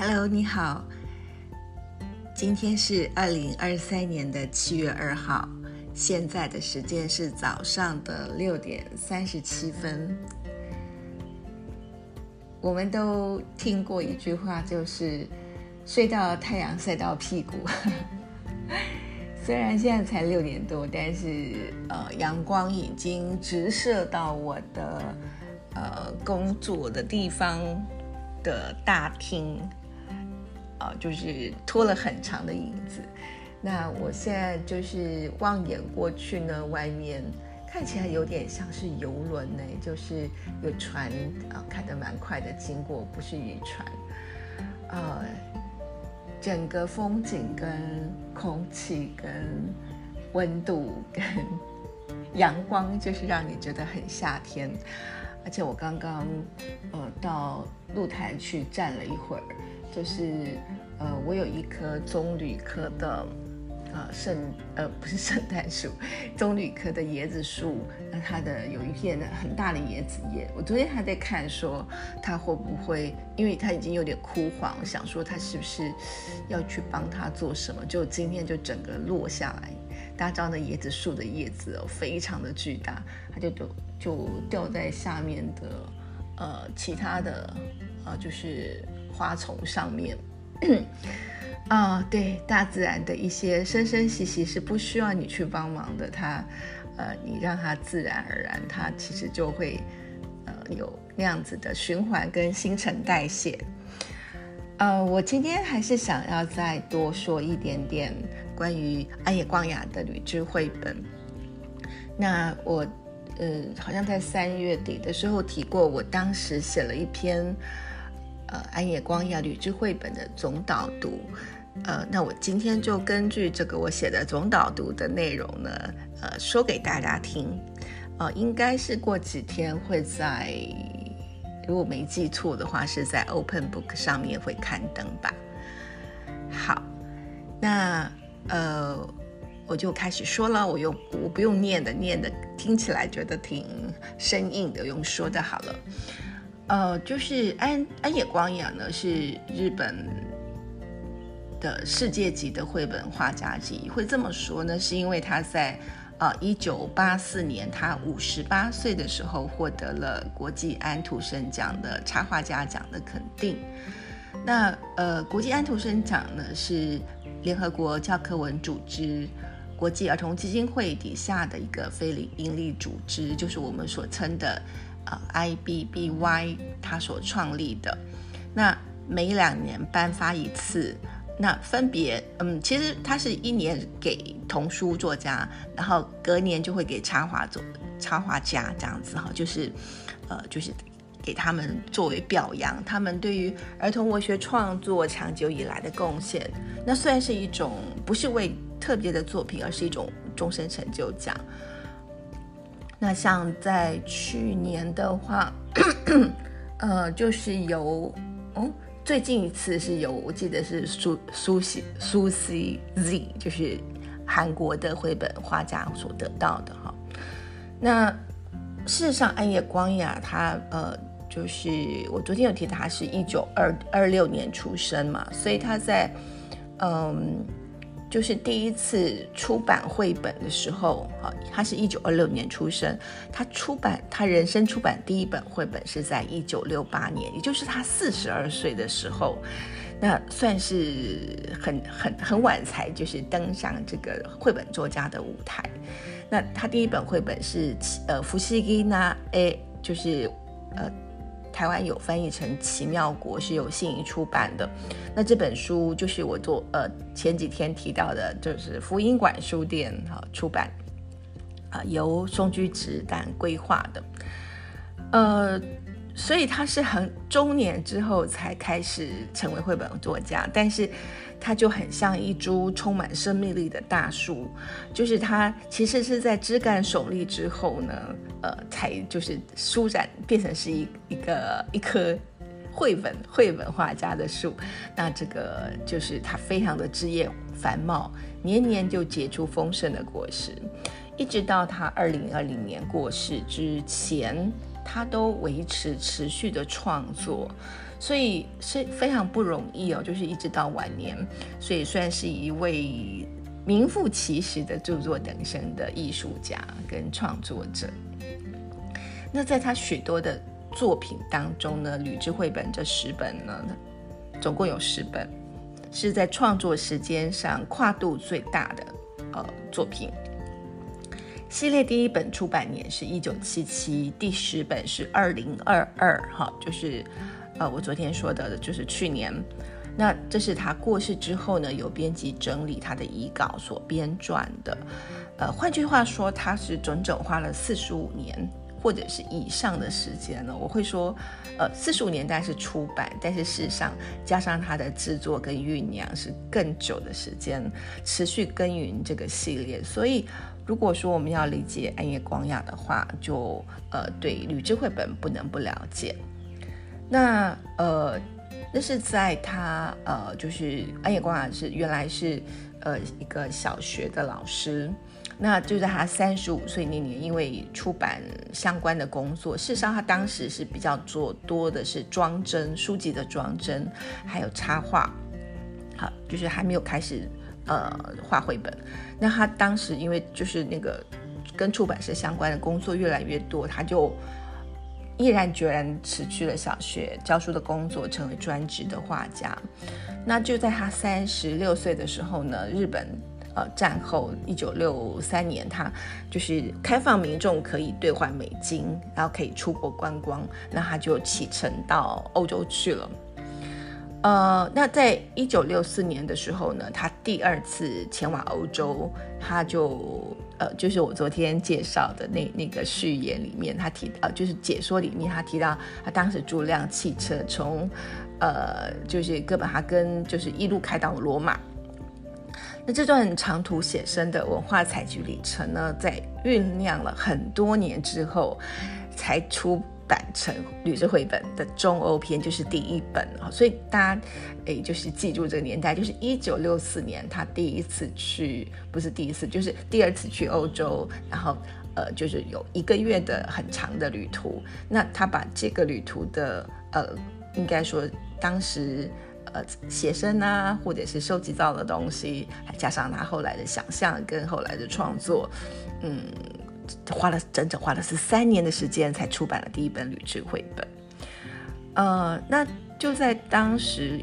Hello， 你好。今天是2023年的7月2号，现在的时间是早上的6点37分。我们都听过一句话，就是睡到太阳晒到屁股。虽然现在才6点多，但是阳光已经直射到我的工作的地方的大厅，就是拖了很长的影子。那我现在就是望眼过去呢，外面看起来有点像是游轮呢，就是有船开得蛮快的经过，不是渔船。整个风景跟空气跟温度跟阳光，就是让你觉得很夏天。而且我刚刚到露台去站了一会儿，就是我有一棵棕榈科的不是圣诞树，棕榈科的椰子树，那它的有一片很大的椰子叶。我昨天还在看说它会不会，因为它已经有点枯黄，想说它是不是要去帮它做什么，就今天就整个落下来。大家知道那椰子树的叶子非常的巨大，它就掉在下面的其他的就是花丛上面。对，大自然的一些生生息息是不需要你去帮忙的，它你让它自然而然，它其实就会有那样子的循环跟新陈代谢。我今天还是想要再多说一点点关于安野光雅的旅志绘本。那我好像在3月底的时候提过，我当时写了一篇安野光雅旅志绘本的总导读。那我今天就根据这个我写的总导读的内容呢，说给大家听。应该是过几天会在，如果没记错的话，是在 Open Book 上面会刊登吧。好，那我就开始说了，我不用念的听起来觉得挺生硬的，用说的好了。就是安野光雅呢是日本的世界级的绘本画家之一。会这么说呢，是因为他在1984年他58岁的时候获得了国际安徒生奖的插画家奖的肯定。那国际安徒生奖呢是联合国教科文组织国际儿童基金会底下的一个非营利组织，就是我们所称的IBBY 他所创立的。那每2年颁发一次，那分别其实它是1年给童书作家，然后隔年就会给插画家这样子，就是给他们作为表扬他们对于儿童文学创作长久以来的贡献。那虽然是一种不是为特别的作品，而是一种终身成就奖。那像在去年的话就是有最近一次是有，我记得是苏西 Z， 就是韩国的绘本画家所得到的哈。那事实上安野光雅他就是我昨天有提到他是1926年出生嘛，所以他在就是第一次出版绘本的时候，他是1926年出生，他人生出版第一本绘本是在1968年，也就是他42岁的时候。那算是很晚才就是登上这个绘本作家的舞台。那他第一本绘本是福西基那就是台湾有翻译成奇妙国，是由信谊出版的。那这本书就是我前几天提到的，就是福音馆书店出版，由松居直男规划的。所以他是很中年之后才开始成为绘本作家，但是他就很像一株充满生命力的大树，就是他其实是在枝干耸立之后呢，才就是舒展变成是一棵绘本画家的树。那这个就是他非常的枝叶繁茂，年年就结出丰盛的果实，一直到他2020年过世之前。 他都持续的创作，所以是非常不容易哦，就是一直到晚年，所以算是一位名副其实的著作等身的艺术家跟创作者。那在他许多的作品当中呢，吕雉绘本这10本呢，总共有10本是在创作时间上跨度最大的作品。系列第1本出版年是1977，第10本是2022，就是我昨天说的，就是去年。那这是他过世之后呢，有编辑整理他的遗稿所编撰的。换句话说，他是整整花了45年或者是以上的时间了。我会说45年代是出版，但是事实上加上他的制作跟酝酿是更久的时间，持续耕耘这个系列。所以如果说我们要理解安野光雅的话，就对吕雉绘本不能不了解。那是在他就是安野光雅原来是一个小学的老师。那就在他35岁那年，因为出版相关的工作，事实上他当时是比较做多的是装帧，书籍的装帧，还有插画，好，就是还没有开始画绘本。那他当时因为就是那个跟出版社相关的工作越来越多，他就毅然决然辞去了小学教书的工作，成为专职的画家。那就在他36岁的时候呢，日本战后1963年，他就是开放民众可以兑换美金，然后可以出国观光，那他就启程到欧洲去了。那在1964年的时候呢，他第2次前往欧洲，他就是我昨天介绍的那个序言里面，他就是解说里面他提到，他当时租辆汽车从就是哥本哈根，就是一路开到罗马。那这段长途写生的文化采集旅程呢，在酝酿了很多年之后，才出版成吕雉绘本的中欧篇，就是第1本。所以大家就是记住这个年代，就是1964年他第1次去，不是第1次，就是第2次去欧洲，然后就是有1个月的很长的旅途。那他把这个旅途的应该说当时写生啊，或者是收集到的东西，还加上他后来的想象跟后来的创作，整整花了13年的时间才出版了第1本吕雉绘本。那就在当时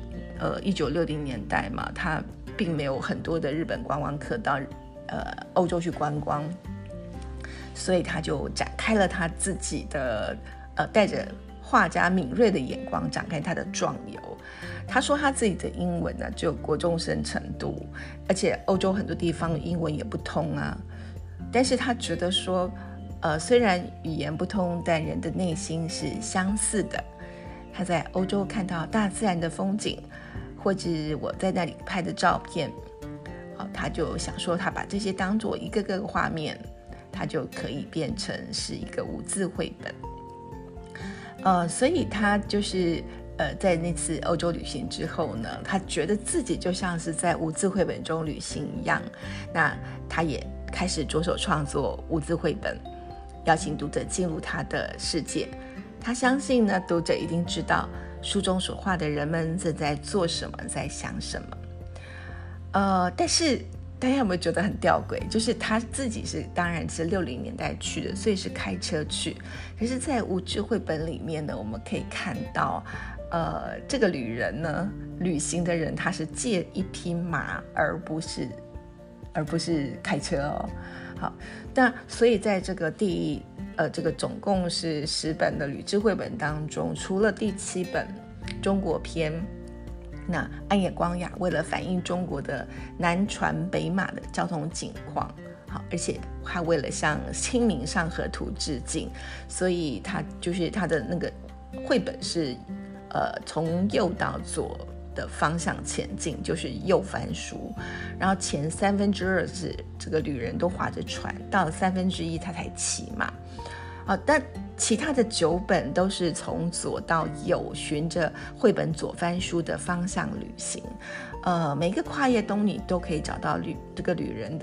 1960年代嘛，他并没有很多的日本观光客到欧洲去观光，所以他就展开了他自己的带着画家敏锐的眼光展开他的壮游。他说他自己的英文呢只有国中生程度，而且欧洲很多地方英文也不通啊。但是他觉得说虽然语言不通，但人的内心是相似的。他在欧洲看到大自然的风景，或者我在那里拍的照片，他就想说他把这些当作一个个画面，他就可以变成是一个无字绘本。所以他就是在那次欧洲旅行之后呢，他觉得自己就像是在无字绘本中旅行一样。那他也开始着手创作无字绘本，邀请读者进入他的世界。他相信呢，读者一定知道书中所画的人们正在做什么，在想什么。但是大家有没有觉得很吊诡？就是他自己当然是60年代去的，所以是开车去。可是在无字绘本里面呢，我们可以看到这个旅行的人，他是借一匹马，而不是开车哦。好，那所以在这个这个总共是10本的吕雉绘本当中，除了第7本中国篇，那安野光雅为了反映中国的南船北马的交通景况，好，而且还为了向《清明上河图》致敬，所以他的那个绘本是从右到左的方向前进，就是右翻书，然后前2/3是这个旅人都划着船，到了1/3他才骑马。但其他的9本都是从左到右，循着绘本左翻书的方向旅行。每个跨页东你都可以找到这个旅人的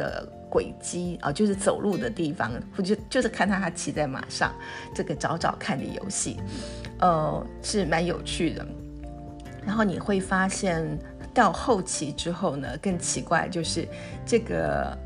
轨迹就是走路的地方，就是看他骑在马上，这个找找看的游戏，是蛮有趣的。然后你会发现到后期之后呢，更奇怪就是这个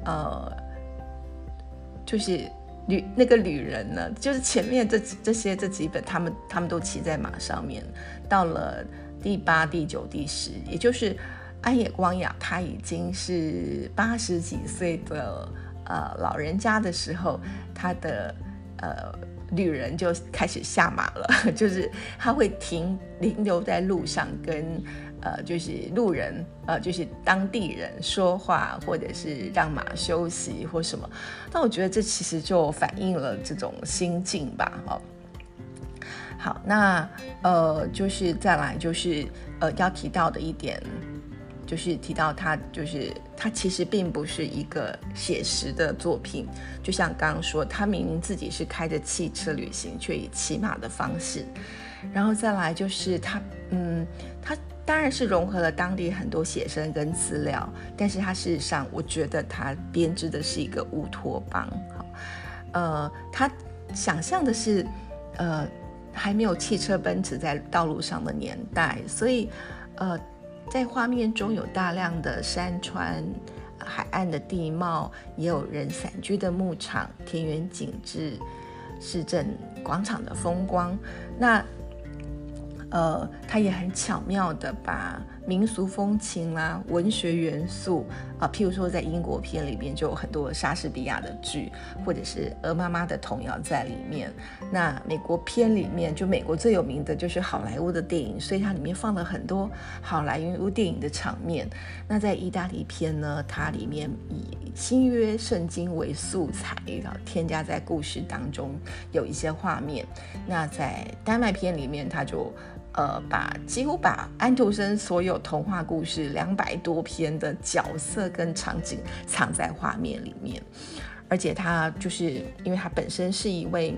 就是那个旅人呢，就是前面这几本他们都骑在马上面，到了第8、第9、第10，也就是安野光雅他已经是80几岁的老人家的时候，他的旅人就开始下马了，就是他会停留在路上跟就是路人就是当地人说话，或者是让马休息或什么。但我觉得这其实就反映了这种心境吧。好，那就是再来就是要提到的一点，就是提到它其实并不是一个写实的作品，就像刚刚说，他明明自己是开着汽车旅行，却以骑马的方式。然后再来就是他当然是融合了当地很多写生跟资料，但是他事实上我觉得他编织的是一个乌托邦。他想象的是还没有汽车奔驰在道路上的年代，所以在画面中有大量的山川、海岸的地貌，也有人散居的牧场、田园景致、市镇广场的风光。那他也很巧妙的把民俗风情啦、文学元素譬如说在英国片里面就有很多莎士比亚的剧，或者是鹅妈妈的童谣在里面。那美国片里面，就美国最有名的就是好莱坞的电影，所以它里面放了很多好莱坞电影的场面。那在意大利片呢，它里面以新约圣经为素材，添加在故事当中有一些画面。那在丹麦片里面，它就几乎把安徒生所有童话故事200多篇的角色跟场景藏在画面里面。而且他就是因为他本身是一位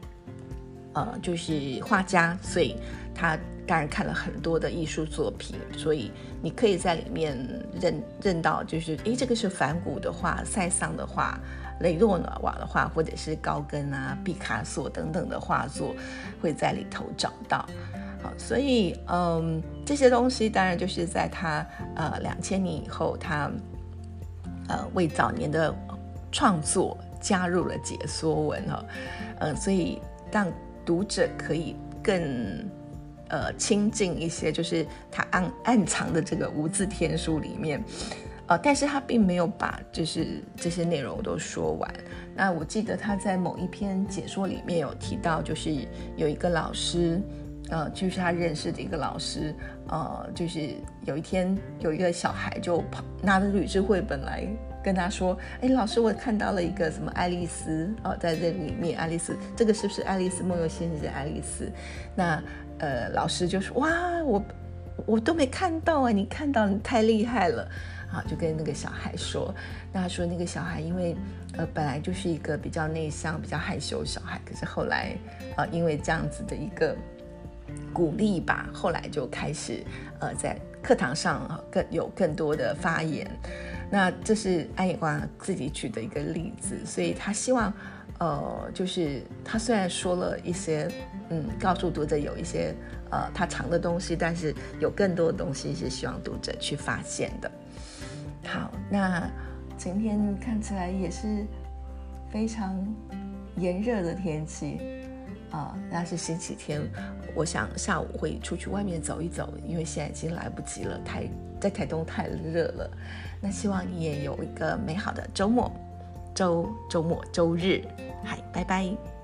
就是画家，所以他当然看了很多的艺术作品，所以你可以在里面认到就是这个是梵谷的画、塞尚的画、雷诺瓦的画，或者是高更啊、毕卡索等等的画作会在里头找到。所以这些东西当然就是在他2000年以后，他为早年的创作加入了解说文所以让读者可以更亲近一些，就是他暗藏的这个无字天书里面但是他并没有把就是这些内容都说完。那我记得他在某一篇解说里面有提到，就是有一个老师就是他认识的一个老师就是有一天有一个小孩就拿着旅志绘本来跟他说，老师，我看到了一个什么爱丽丝在这里面，爱丽丝，这个是不是爱丽丝梦游仙境的爱丽丝？那老师就说，哇，我都没看到啊，你看到，你太厉害了就跟那个小孩说。那他说那个小孩因为本来就是一个比较内向、比较害羞的小孩，可是后来因为这样子的一个鼓励吧，后来就开始在课堂上有更多的发言。那这是安野光自己举的一个例子，所以他希望就是他虽然说了一些告诉读者有一些他藏的东西，但是有更多的东西是希望读者去发现的。好，那今天看起来也是非常炎热的天气那是星期天，我想下午会出去外面走一走，因为现在已经来不及了，在台东太热了。那希望你也有一个美好的周末、周日，拜拜。